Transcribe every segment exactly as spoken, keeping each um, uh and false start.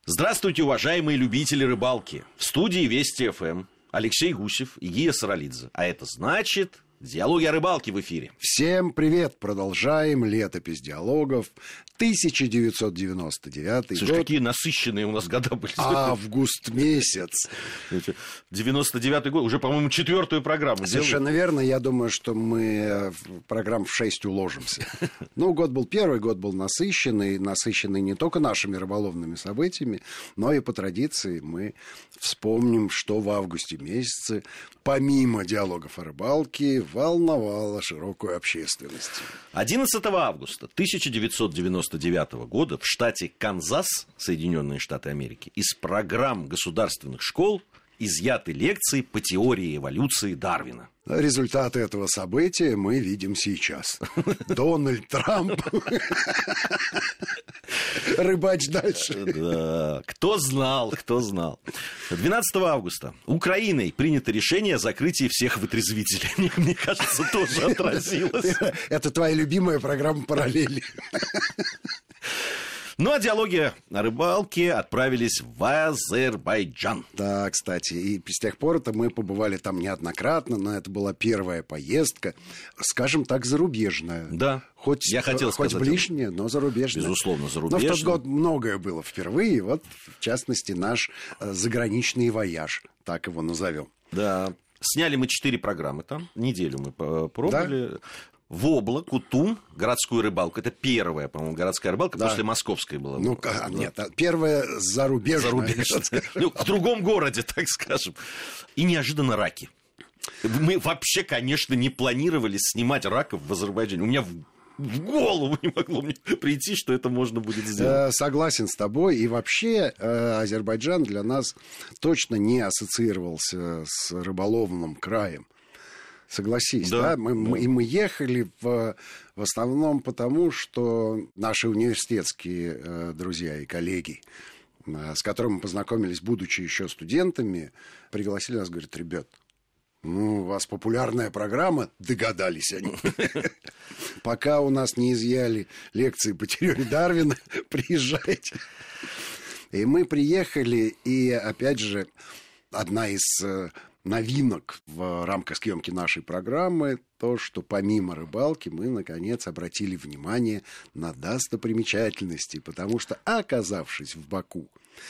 Здравствуйте, уважаемые любители рыбалки. В студии Вести ФМ Алексей Гусев и Гия Саралидзе. А это значит... Диалоги о рыбалке в эфире. Всем привет! Продолжаем летопись диалогов. тысяча девятьсот девяносто девятый Слушай, год. какие насыщенные у нас года были. Август месяц. девяносто девятый год. Уже, по-моему, четвертую программу Совершенно делаем. верно. Я думаю, что мы в программ в шесть уложимся. Ну, год был первый, год был насыщенный. Насыщенный не только нашими рыболовными событиями, но и по традиции мы вспомним, что в августе месяце, помимо диалогов о рыбалке, волновало широкую общественность. одиннадцатого августа тысяча девятьсот девяносто девятого года в штате Канзас, Соединенные Штаты Америки, из программ государственных школ изъяты лекции по теории эволюции Дарвина. Результаты этого события мы видим сейчас. Дональд Трамп. Рыбач дальше. Да. Кто знал, кто знал. двенадцатого августа Украиной принято решение о закрытии всех вытрезвителей. Мне, мне кажется, тоже отразилось. Это твоя любимая программа «Параллели». Ну, а диалоги о рыбалке отправились в Азербайджан. Да, кстати, и с тех пор это мы побывали там неоднократно, но это была первая поездка, скажем так, зарубежная. Да, хоть, я хотел хоть сказать. ближняя, но зарубежная. Безусловно, зарубежная. Но в тот год многое было впервые, вот, в частности, наш заграничный вояж, так его назовем. Да, сняли мы четыре программы там, неделю мы пробовали. Да? Вобла, Кутум, городскую рыбалку. Это первая, по-моему, городская рыбалка, да. После московской была. Ну, да. Нет, первая зарубежная. Зарубежная. Ну, в другом городе, так скажем. И неожиданно раки. Мы вообще, конечно, не планировали снимать раков в Азербайджане. У меня в, в голову не могло мне прийти, что это можно будет сделать. Согласен с тобой. И вообще Азербайджан для нас точно не ассоциировался с рыболовным краем. Согласись, да, да? Мы, да. Мы, и мы ехали в, в основном потому, что наши университетские э, друзья и коллеги, э, с которыми мы познакомились, будучи еще студентами, пригласили нас, говорят, ребят, ну, у вас популярная программа, догадались они. Пока у нас не изъяли лекции по теории Дарвина, приезжайте. И мы приехали, и опять же, одна из... новинок в рамках съемки нашей программы то, что помимо рыбалки мы, наконец, обратили внимание на достопримечательности, потому что, оказавшись в Баку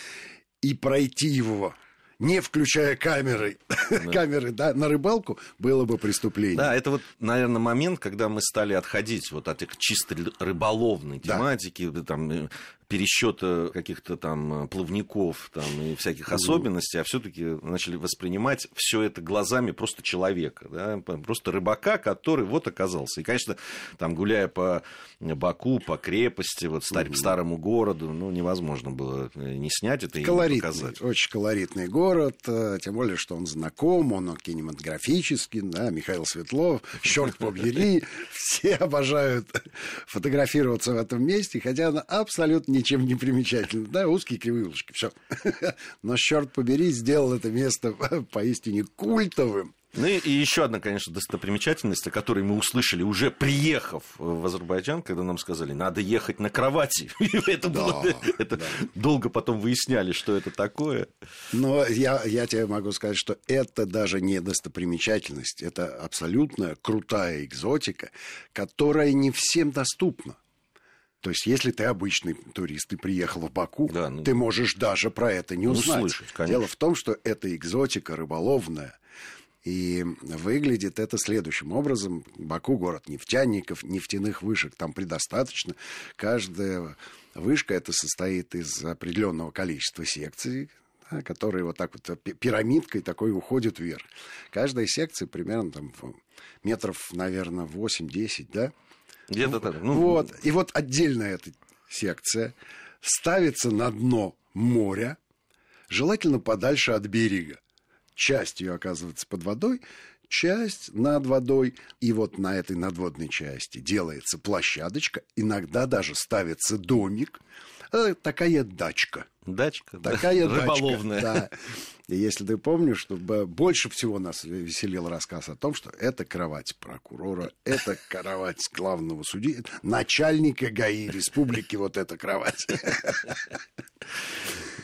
и пройти его, не включая камеры, да. камеры да, на рыбалку, было бы преступление. Да, это вот, наверное, момент, когда мы стали отходить вот от их чисто рыболовной тематики, да. там, пересчета каких-то там плавников там, и всяких особенностей, а все-таки начали воспринимать все это глазами просто человека, да, просто рыбака, который вот оказался. И, конечно, там, гуляя по Баку, по крепости, вот стар, mm-hmm. старому городу, ну, невозможно было не снять это и не показать. Очень колоритный город, тем более, что он знаком, он кинематографический, да, Михаил Светлов, черт побери, все обожают фотографироваться в этом месте, хотя она абсолютно ничем не примечательно. Да, узкие кривые улочки, все. Но, черт побери, сделал это место поистине культовым. Ну и еще одна, конечно, достопримечательность, о которой мы услышали, уже приехав в Азербайджан, когда нам сказали, надо ехать на кровати. это да, было, это да. Долго потом выясняли, что это такое. Но я, я тебе могу сказать, что это даже не достопримечательность, это абсолютно крутая экзотика, которая не всем доступна. То есть, если ты обычный турист и приехал в Баку, да, ну, ты можешь даже про это не узнать. Услышать, Дело в том, что это экзотика рыболовная. И выглядит это следующим образом. Баку — город нефтяников, нефтяных вышек там предостаточно. Каждая вышка это состоит из определенного количества секций, да, которые вот так вот пирамидкой такой уходят вверх. Каждая секция примерно там метров, наверное, восемь-десять, да? Где-то так. Ну, вот. И вот отдельно эта секция ставится на дно моря, желательно подальше от берега. Часть ее оказывается под водой, часть над водой. И вот на этой надводной части делается площадочка, иногда даже ставится домик. Такая дачка. Дачка, Такая да. дачка, рыболовная. Да. И если ты помнишь, что больше всего нас веселил рассказ о том, что это кровать прокурора, это кровать главного судьи, начальника ГАИ республики, вот эта кровать.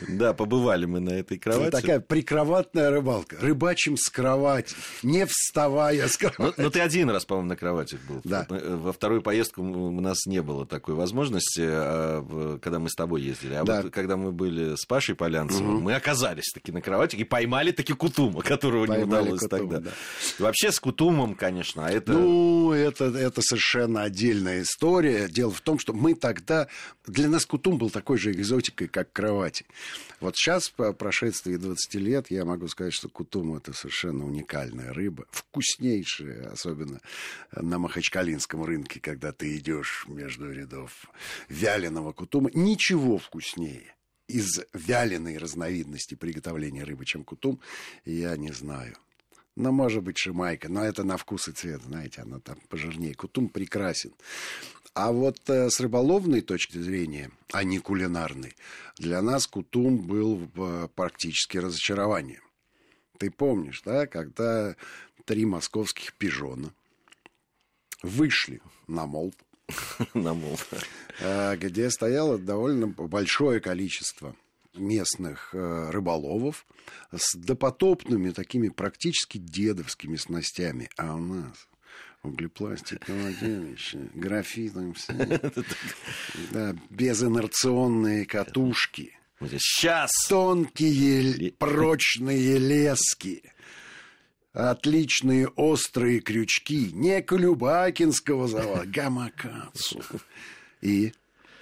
Да, побывали мы на этой кровати. Такая прикроватная рыбалка. Рыбачим с кровати, не вставая с кровати. Ну, ты один раз, по-моему, на кровати был. Да. Во вторую поездку у нас не было такой возможности, когда мы с тобой ездили. А да. вот когда мы были с Пашей Полянцевым, угу. мы оказались таки на кровати и поймали таки кутума, которого поймали не удалось кутум, тогда. Да. Вообще с кутумом, конечно, а это... Ну, это, это совершенно отдельная история. Дело в том, что мы тогда... Для нас кутум был такой же экзотикой, как кровати. Вот сейчас, по прошествии двадцати лет, я могу сказать, что кутум — это совершенно уникальная рыба. Вкуснейшая, особенно на махачкалинском рынке, когда ты идешь между рядов вяленого кутума. Ничего вкуснее из вяленой разновидности приготовления рыбы, чем кутум, я не знаю. Ну, может быть, шимайка, но это на вкус и цвет, знаете, она там пожирнее. Кутум прекрасен. А вот э, с рыболовной точки зрения, а не кулинарной, для нас кутум был э, практически разочарованием. Ты помнишь, да, когда три московских пижона вышли на мол, на мол, где стояло довольно большое количество местных э, рыболовов с допотопными такими практически дедовскими снастями. А у нас углепластиковое делище, графитом все, да, безинерционные катушки, сейчас тонкие прочные лески, отличные острые крючки, не Колюбакинского завода, Гамакацу. И...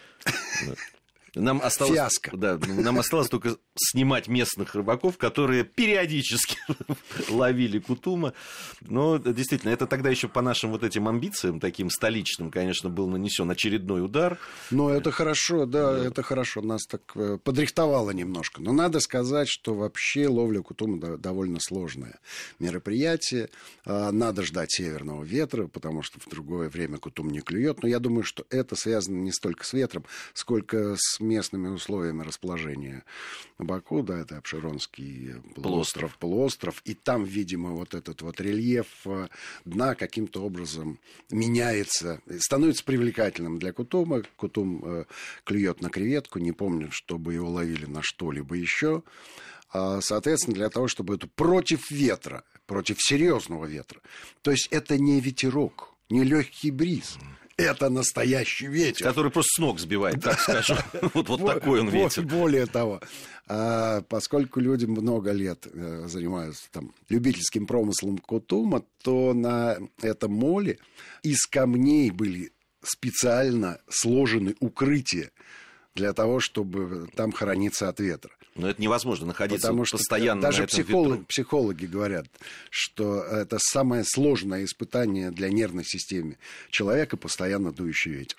Нам осталось, Фиаско. Да, нам осталось только снимать местных рыбаков, которые периодически ловили кутума. Но действительно, это тогда еще по нашим вот этим амбициям, таким столичным, конечно, был нанесен очередной удар. Но это хорошо, да, да, это хорошо. Нас так подрихтовало немножко. Но надо сказать, что вообще ловля кутума довольно сложное мероприятие. Надо ждать северного ветра, потому что в другое время кутум не клюет. Но я думаю, что это связано не столько с ветром, сколько с местными условиями расположения Баку, да, это Апшеронский полуостров, полуостров, и там, видимо, вот этот вот рельеф дна каким-то образом меняется, становится привлекательным для кутума. Кутум э, клюет на креветку, не помню, чтобы его ловили на что-либо еще. А, соответственно, для того, чтобы это против ветра, против серьезного ветра. То есть это не ветерок, не легкий бриз. Это настоящий ветер. Который просто с ног сбивает, так скажем. Вот такой он ветер. Более того, поскольку люди много лет занимаются там любительским промыслом кутума, то на этом моле из камней были специально сложены укрытия для того, чтобы там храниться от ветра. Но это невозможно находиться Потому что постоянно даже на этом психолог, ветру. Психологи говорят, что это самое сложное испытание для нервной системы человека — постоянно дующий ветер.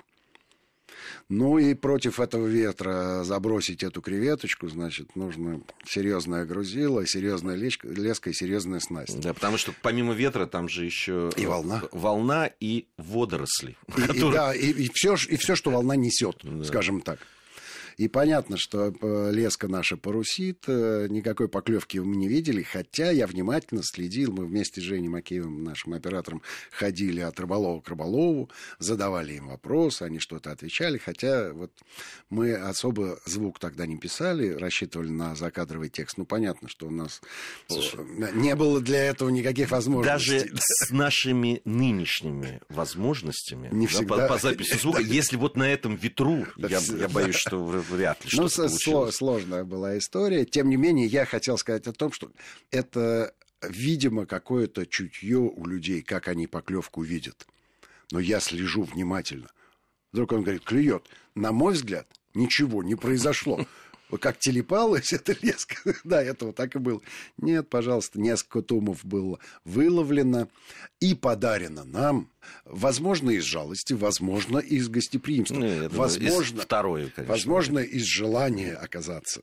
Ну и против этого ветра забросить эту креветочку, значит, нужно серьезное грузило, серьезная леска и серьезная снасть. Да, потому что помимо ветра там же еще и волна, волна и водоросли. И, которые... и, да, и, и, все, и все, что волна несет, да. Скажем так. И понятно, что леска наша парусит, никакой поклевки мы не видели, хотя я внимательно следил, мы вместе с Женей Макеевым, нашим оператором, ходили от рыболова к рыболову, задавали им вопросы, они что-то отвечали, хотя вот мы особо звук тогда не писали, рассчитывали на закадровый текст. Ну, понятно, что у нас Слушай, не было для этого никаких возможностей. Даже с нашими нынешними возможностями не да, всегда... по, по записи звука, если вот на этом ветру, я, я боюсь, что вряд ли ну, что-то получилось. Сложная была история. Тем не менее, я хотел сказать о том, что это, видимо, какое-то чутье у людей, как они поклевку видят. Но я слежу внимательно. Вдруг он говорит, клюет. На мой взгляд, ничего не произошло. Как телепалась эта леска. Да, этого так и было. Нет, пожалуйста, несколько тумов было выловлено и подарено нам. Возможно, из жалости, возможно, из гостеприимства. Ну, возможно, из второе, конечно. Возможно, из желания оказаться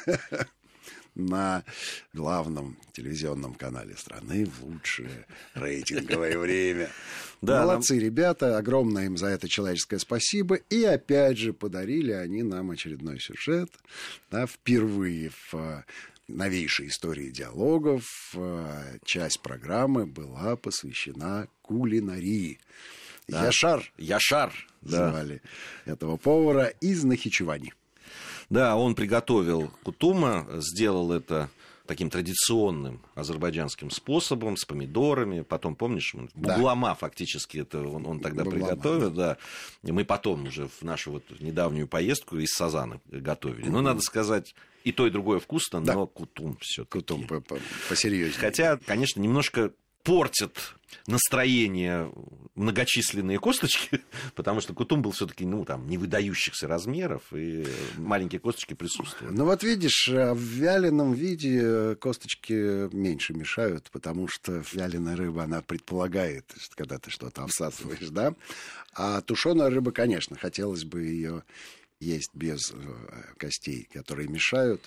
на главном телевизионном канале страны в лучшее рейтинговое время. Да, молодцы нам... ребята, огромное им за это человеческое спасибо. И опять же подарили они нам очередной сюжет. Да, впервые в новейшей истории диалогов часть программы была посвящена кулинарии. Да. Яшар. Яшар. Звали да. этого повара из Нахичевани. Да, он приготовил кутума, сделал это таким традиционным азербайджанским способом, с помидорами. Потом, помнишь, буглама да. фактически это он, он тогда буглама, приготовил. Да. Да. И мы потом уже в нашу вот недавнюю поездку из Сазана готовили. Но, надо сказать, и то, и другое вкусно, да. но кутум все-таки. Кутум посерьезнее. Хотя, конечно, немножко портят настроение многочисленные косточки, потому что кутум был все-таки, ну, там, не выдающихся размеров, и маленькие косточки присутствуют. Ну, вот видишь, в вяленом виде косточки меньше мешают, потому что вяленая рыба, она предполагает, что когда ты что-то обсасываешь, да? А тушеная рыба, конечно, хотелось бы ее есть без костей, которые мешают.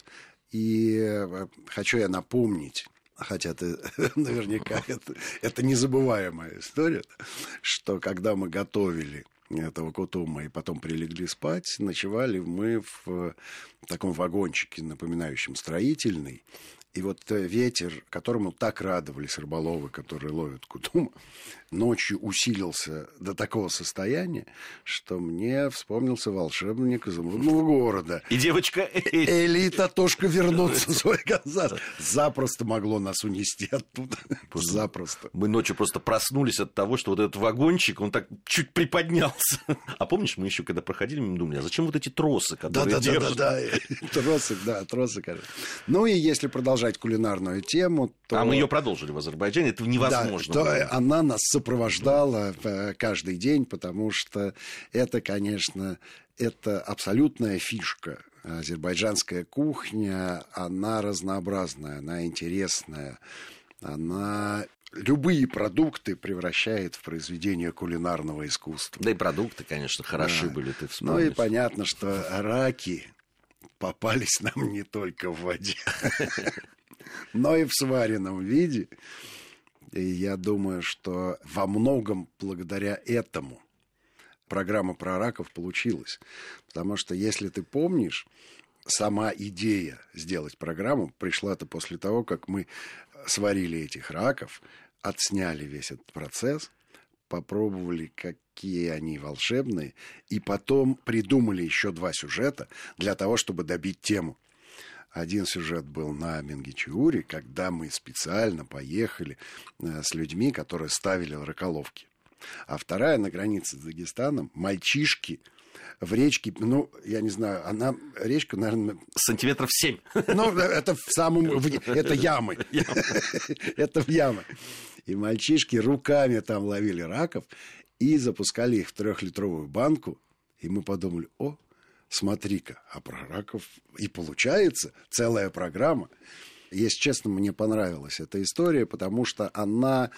И хочу я напомнить, хотя ты наверняка это, это незабываемая история, что когда мы готовили этого кутума и потом прилегли спать, ночевали мы в таком вагончике, напоминающем строительный. И вот ветер, которому так радовались рыболовы, которые ловят кутума, ночью усилился до такого состояния, что мне вспомнился волшебник изумрудного города. И девочка Элита Тошка вернуться в свой Канзас. Запросто могло нас унести оттуда. Просто запросто. Мы ночью просто проснулись от того, что вот этот вагончик, он так чуть приподнялся. А помнишь, мы еще когда проходили, мы думали, а зачем вот эти тросы, которые да, да, держат? Да, да, да. Тросы, да, тросы, конечно. Ну и если продолжать кулинарную тему, то... А мы ее продолжили в Азербайджане, это невозможно. Да, то она нас сопровождала каждый день, потому что это, конечно, это абсолютная фишка. Азербайджанская кухня, она разнообразная, она интересная, она... Любые продукты превращает в произведение кулинарного искусства. Да и продукты, конечно, хороши да. были, ты вспомнишь. Ну и понятно, что раки попались нам не только в воде, но и в сваренном виде. И я думаю, что во многом благодаря этому программа про раков получилась. Потому что, если ты помнишь, сама идея сделать программу пришла-то после того, как мы сварили этих раков, отсняли весь этот процесс, попробовали, какие они волшебные, и потом придумали еще два сюжета для того, чтобы добить тему. Один сюжет был на Менгичиуре, когда мы специально поехали с людьми, которые ставили раколовки. А вторая на границе с Дагестаном, мальчишки в речке, ну, я не знаю, она, речка, наверное... Сантиметров семь. Ну, это в самом... Это ямы. Это в ямы. И мальчишки руками там ловили раков и запускали их в трехлитровую банку. И мы подумали, о, смотри-ка, а про раков и получается целая программа. Если честно, мне понравилась эта история, потому что она...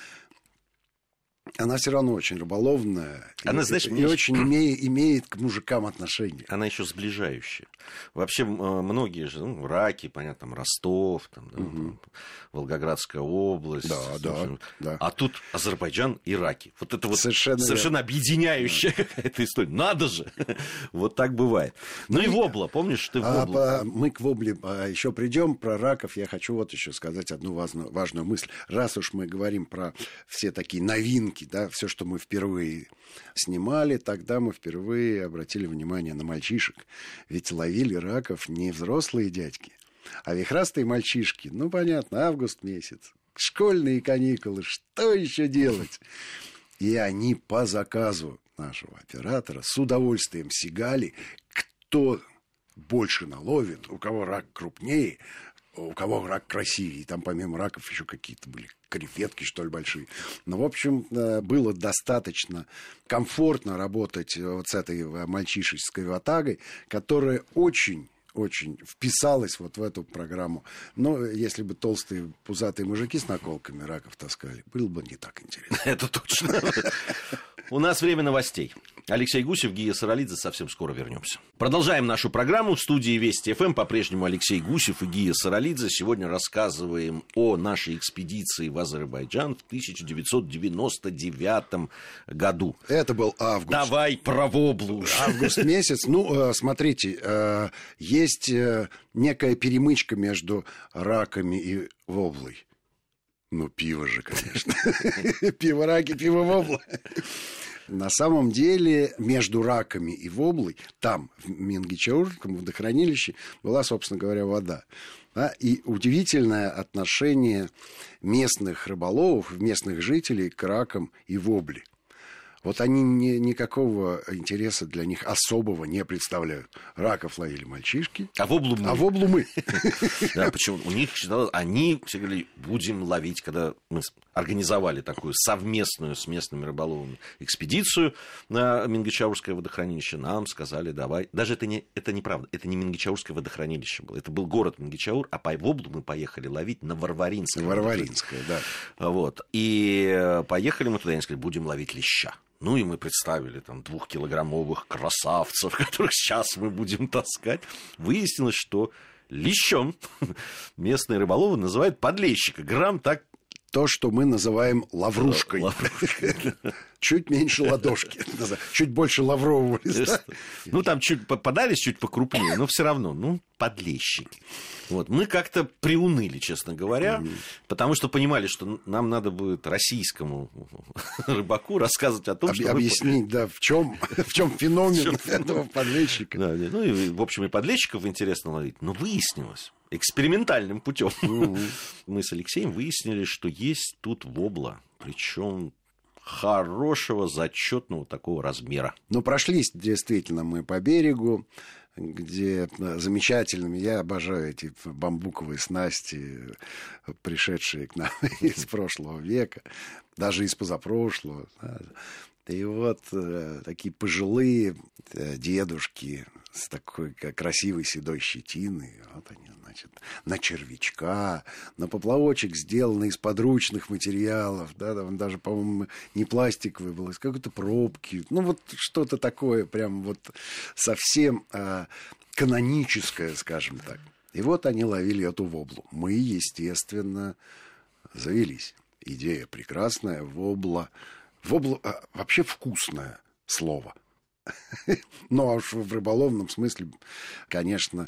Она все равно очень рыболовная. Она, и, знаешь, и очень имеет, имеет к мужикам отношение. Она еще сближающая. Вообще многие же, ну, раки, понятно, там, Ростов, там, да, угу. там, Волгоградская область. Да, да, да. А тут Азербайджан и раки. Вот это вот совершенно, совершенно объединяющая да. какая-то история. Надо же! Вот так бывает. Ну, ну и вобла, помнишь, ты в воблу. А, мы к вобле еще придем. Про раков я хочу вот еще сказать одну важную, важную мысль. Раз уж мы говорим про все такие новинки, да, все, что мы впервые снимали, тогда мы впервые обратили внимание на мальчишек. Ведь ловили раков не взрослые дядьки, а вихрастые мальчишки. Ну, понятно, август месяц, школьные каникулы, что еще делать? И они по заказу нашего оператора с удовольствием сигали, кто больше наловит, у кого рак крупнее, у кого рак красивее. И там помимо раков еще какие-то были креветки, что ли, большие. Ну, в общем, было достаточно комфортно работать вот с этой мальчишеской ватагой, которая очень... очень вписалась вот в эту программу. Но если бы толстые пузатые мужики с наколками раков таскали, было бы не так интересно. Это точно. У нас время новостей. Алексей Гусев, Гия Саралидзе. Совсем скоро вернемся. Продолжаем нашу программу. В студии Вести ФМ по-прежнему Алексей Гусев и Гия Саралидзе. Сегодня рассказываем о нашей экспедиции в Азербайджан в тысяча девятьсот девяносто девятом году. Это был август. Давай про воблу. Август месяц. Ну, смотрите, есть некая перемычка между раками и воблой. Ну, пиво же, конечно. Пиво раки, пиво вобла. На самом деле между раками и воблой, там, в Мингичаурском водохранилище, была, собственно говоря, вода. Да? И удивительное отношение местных рыболовов, местных жителей к ракам и вобле. Вот они не, никакого интереса для них особого не представляют. Раков ловили мальчишки, а воблу мы. А воблу мы. Да, почему? У них считалось, они все говорили, будем ловить, когда мы организовали такую совместную с местными рыболовами экспедицию на Мингичаурское водохранилище, нам сказали, давай. Даже это не, это неправда, это не Мингичаурское водохранилище было. Это был город Мингичаур, а по воблу мы поехали ловить на Варваринское. Варваринское, да. Вот. И поехали мы туда, и они сказали, будем ловить леща. Ну, и мы представили там двухкилограммовых красавцев, которых сейчас мы будем таскать. Выяснилось, что лещом местные рыболовы называют подлещика. Грамм так... То, что мы называем лаврушкой. Чуть меньше ладошки. Чуть больше лаврового листа. Ну, там чуть попадались, чуть покрупнее, но все равно, ну, подлещики. Вот. Мы как-то приуныли, честно говоря, mm-hmm. потому что понимали, что нам надо будет российскому рыбаку рассказывать о том, Об, что... Объяснить, мы... да, в чем в чем феномен этого подлещика. Да, ну, и, в общем, и подлещиков интересно ловить. Но выяснилось, экспериментальным путем mm-hmm. мы с Алексеем выяснили, что есть тут вобла, причем хорошего, зачетного такого размера. Ну, прошлись действительно мы по берегу, где замечательными, я обожаю эти бамбуковые снасти, пришедшие к нам из прошлого века, даже из позапрошлого. И вот такие пожилые дедушки с такой красивой седой щетиной, вот они, значит, на червячка, на поплавочек, сделанный из подручных материалов, да, там даже, по-моему, не пластиковый был, из какой-то пробки, ну вот что-то такое прям вот совсем а, каноническое, скажем так. И вот они ловили эту воблу. Мы, естественно, завелись. Идея прекрасная, вобла. Вобла а, вообще вкусное слово. Ну, а уж в рыболовном смысле, конечно,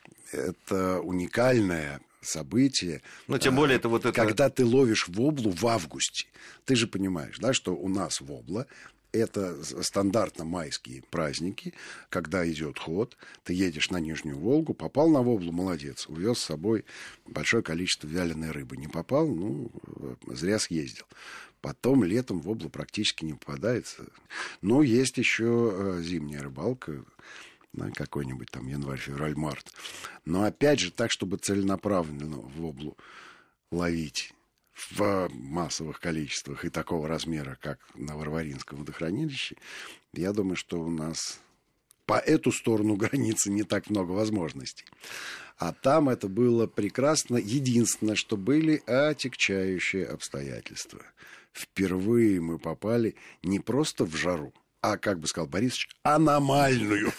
это уникальное событие. Но тем более это вот это... Когда ты ловишь воблу в августе. Ты же понимаешь, да, что у нас вобла — это стандартно майские праздники, когда идет ход, ты едешь на Нижнюю Волгу, попал на воблу — молодец, увез с собой большое количество вяленой рыбы. Не попал — ну, зря съездил. Потом летом вобла практически не попадается. Но есть еще зимняя рыбалка, да, какой-нибудь там январь, февраль, март. Но опять же, так, чтобы целенаправленно воблу ловить в массовых количествах и такого размера, как на Варваринском водохранилище, я думаю, что у нас по эту сторону границы не так много возможностей. А там это было прекрасно. Единственное, что были отягчающие обстоятельства. Впервые мы попали не просто в жару, а, как бы сказал Борисович, аномальную.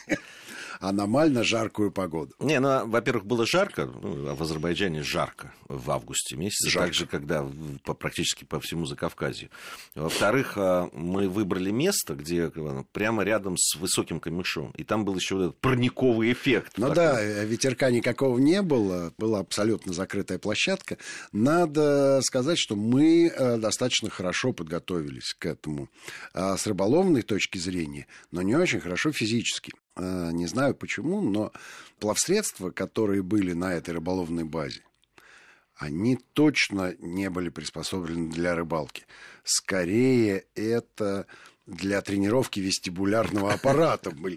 Аномально жаркую погоду. Не, ну, во-первых, было жарко, ну, в Азербайджане жарко в августе месяце, жарко. Так же, когда по, практически по всему Закавказью. Во-вторых, мы выбрали место, где прямо рядом с высоким камышом, и там был еще вот этот парниковый эффект. Ну такой. Да, ветерка никакого не было, была абсолютно закрытая площадка. Надо сказать, что мы достаточно хорошо подготовились к этому с рыболовной точки зрения, но не очень хорошо физически. Не знаю почему, но плавсредства, которые были на этой рыболовной базе, они точно не были приспособлены для рыбалки. Скорее, это для тренировки вестибулярного аппарата были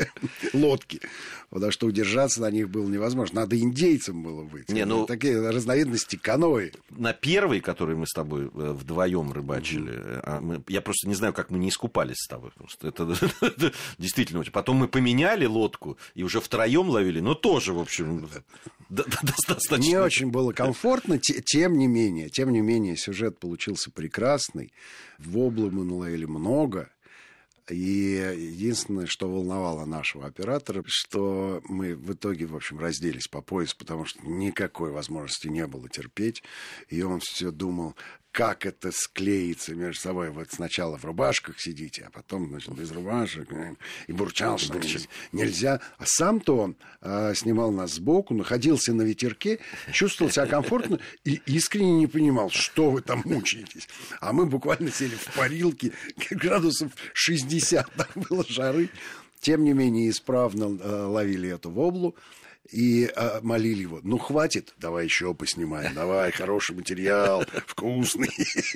лодки. Потому что удержаться на них было невозможно. Надо индейцам было быть. Не, ну, такие разновидности каноэ. На первой, которой мы с тобой вдвоем рыбачили, mm-hmm. мы, я просто не знаю, как мы не искупались с тобой. Это, это действительно очень. Потом мы поменяли лодку и уже втроем ловили, но тоже, в общем, достаточно. Не очень было комфортно, тем не менее. Тем не менее, сюжет получился прекрасный. Воблы мы наловили много. И единственное, что волновало нашего оператора, что мы в итоге, в общем, разделись по пояс, потому что никакой возможности не было терпеть. И он все думал, как это склеится между собой. Вот сначала в рубашках сидите, а потом, значит, без рубашек. И бурчал, что нельзя. А сам-то он а, снимал нас сбоку, находился на ветерке, чувствовал себя комфортно и искренне не понимал, что вы там мучаетесь. А мы буквально сели в парилке, градусов шестьдесят, там было жары. Тем не менее, исправно а, ловили эту воблу. И а, молили его, ну, хватит, давай еще поснимаем, давай, хороший материал, вкусный.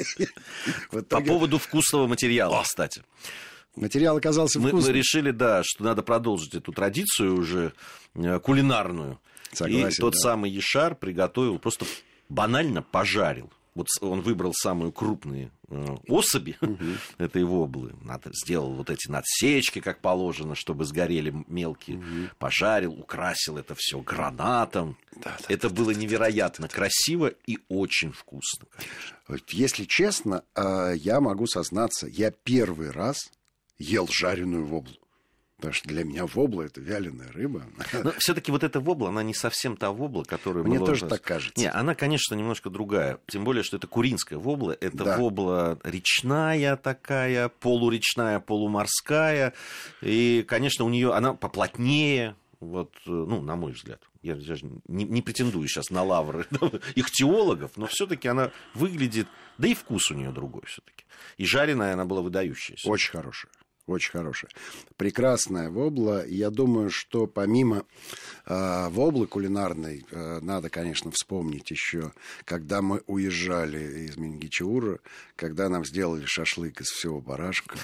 По поводу вкусного материала, кстати. Материал оказался вкусным. Мы решили, да, что надо продолжить эту традицию уже кулинарную. И тот самый Яшар приготовил, просто банально пожарил. Вот он выбрал самые крупные э, особи угу. этой воблы. Надо, сделал вот эти надсечки, как положено, чтобы сгорели мелкие. Угу. Пожарил, украсил это все гранатом. Да, да, это да, было да, невероятно да, да, красиво и очень вкусно, конечно. Если честно, я могу сознаться, я первый раз ел жареную воблу. Потому что для меня вобла – это вяленая рыба. Но все-таки вот эта вобла, она не совсем та вобла, которую... Мне тоже так кажется. Не, она, конечно, немножко другая. Тем более, что это куринская вобла. Это да. вобла речная такая, полуречная, полуморская. И, конечно, у нее она поплотнее, вот, ну, на мой взгляд. Я даже не, не претендую сейчас на лавры ихтиологов, но все-таки она выглядит... Да и вкус у нее другой все-таки. И жареная она была выдающаяся. Очень хорошая. Очень хорошая. Прекрасная вобла. Я думаю, что помимо э, воблы кулинарной, э, надо, конечно, вспомнить еще, когда мы уезжали из Мингичаура, когда нам сделали шашлык из всего барашка.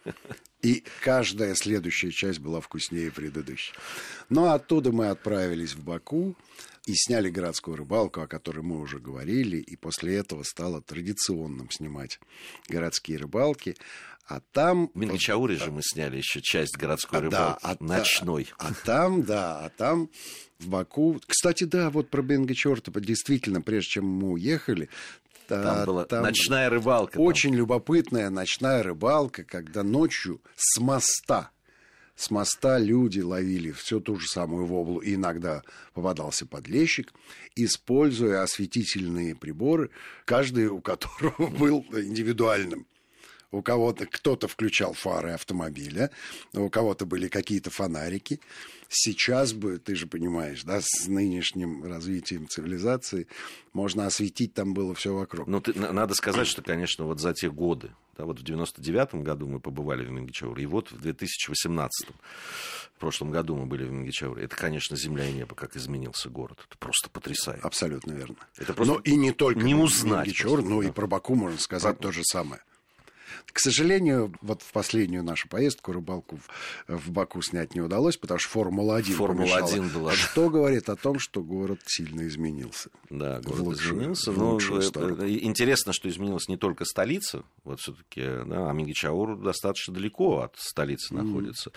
И каждая следующая часть была вкуснее предыдущей. Но оттуда мы отправились в Баку и сняли городскую рыбалку, о которой мы уже говорили. И после этого стало традиционным снимать городские рыбалки. А там... В Мингичауре же мы сняли еще часть городской рыбалки, да, а ночной. А, а там, да, а там в Баку... Кстати, да, вот про Мингичаур, действительно, прежде чем мы уехали... Там была там ночная рыбалка. Очень там. любопытная ночная рыбалка, когда ночью с моста, с моста люди ловили всю ту же самую воблу, и иногда попадался подлещик, используя осветительные приборы, каждый у которого был индивидуальным. У кого-то кто-то включал фары автомобиля, у кого-то были какие-то фонарики. Сейчас бы, ты же понимаешь, да, с нынешним развитием цивилизации можно осветить там было все вокруг. Ну, ты, надо сказать, что, конечно, вот за те годы, да, вот в девяносто девятом году мы побывали в Мингичауре, и вот в две тысячи восемнадцатом, в прошлом году мы были в Мингичауре. Это, конечно, земля и небо, как изменился город. Это просто потрясающе. Абсолютно верно. Это просто но и не только не узнать Мингичаур, но да. и про Баку можно сказать про... то же самое. К сожалению, вот в последнюю нашу поездку рыбалку в, в Баку снять не удалось, потому что Формула-один помешала. была. Что говорит о том, что город сильно изменился. Да, город лучшую, изменился. Но интересно, что изменилась не только столица, вот все-таки, да, а Мингичаур достаточно далеко от столицы mm. находится.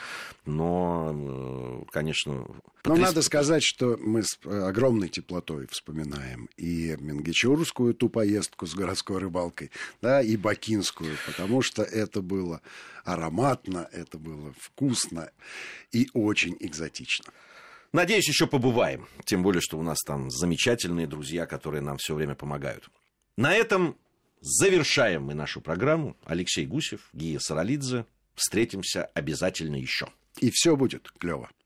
Но, конечно... Но потряс... надо сказать, что мы с огромной теплотой вспоминаем и Мингичаурскую ту поездку с городской рыбалкой, да, и бакинскую, потому что это было ароматно, это было вкусно и очень экзотично. Надеюсь, еще побываем. Тем более, что у нас там замечательные друзья, которые нам все время помогают. На этом завершаем мы нашу программу. Алексей Гусев, Гия Саралидзе. Встретимся обязательно еще. И все будет клево.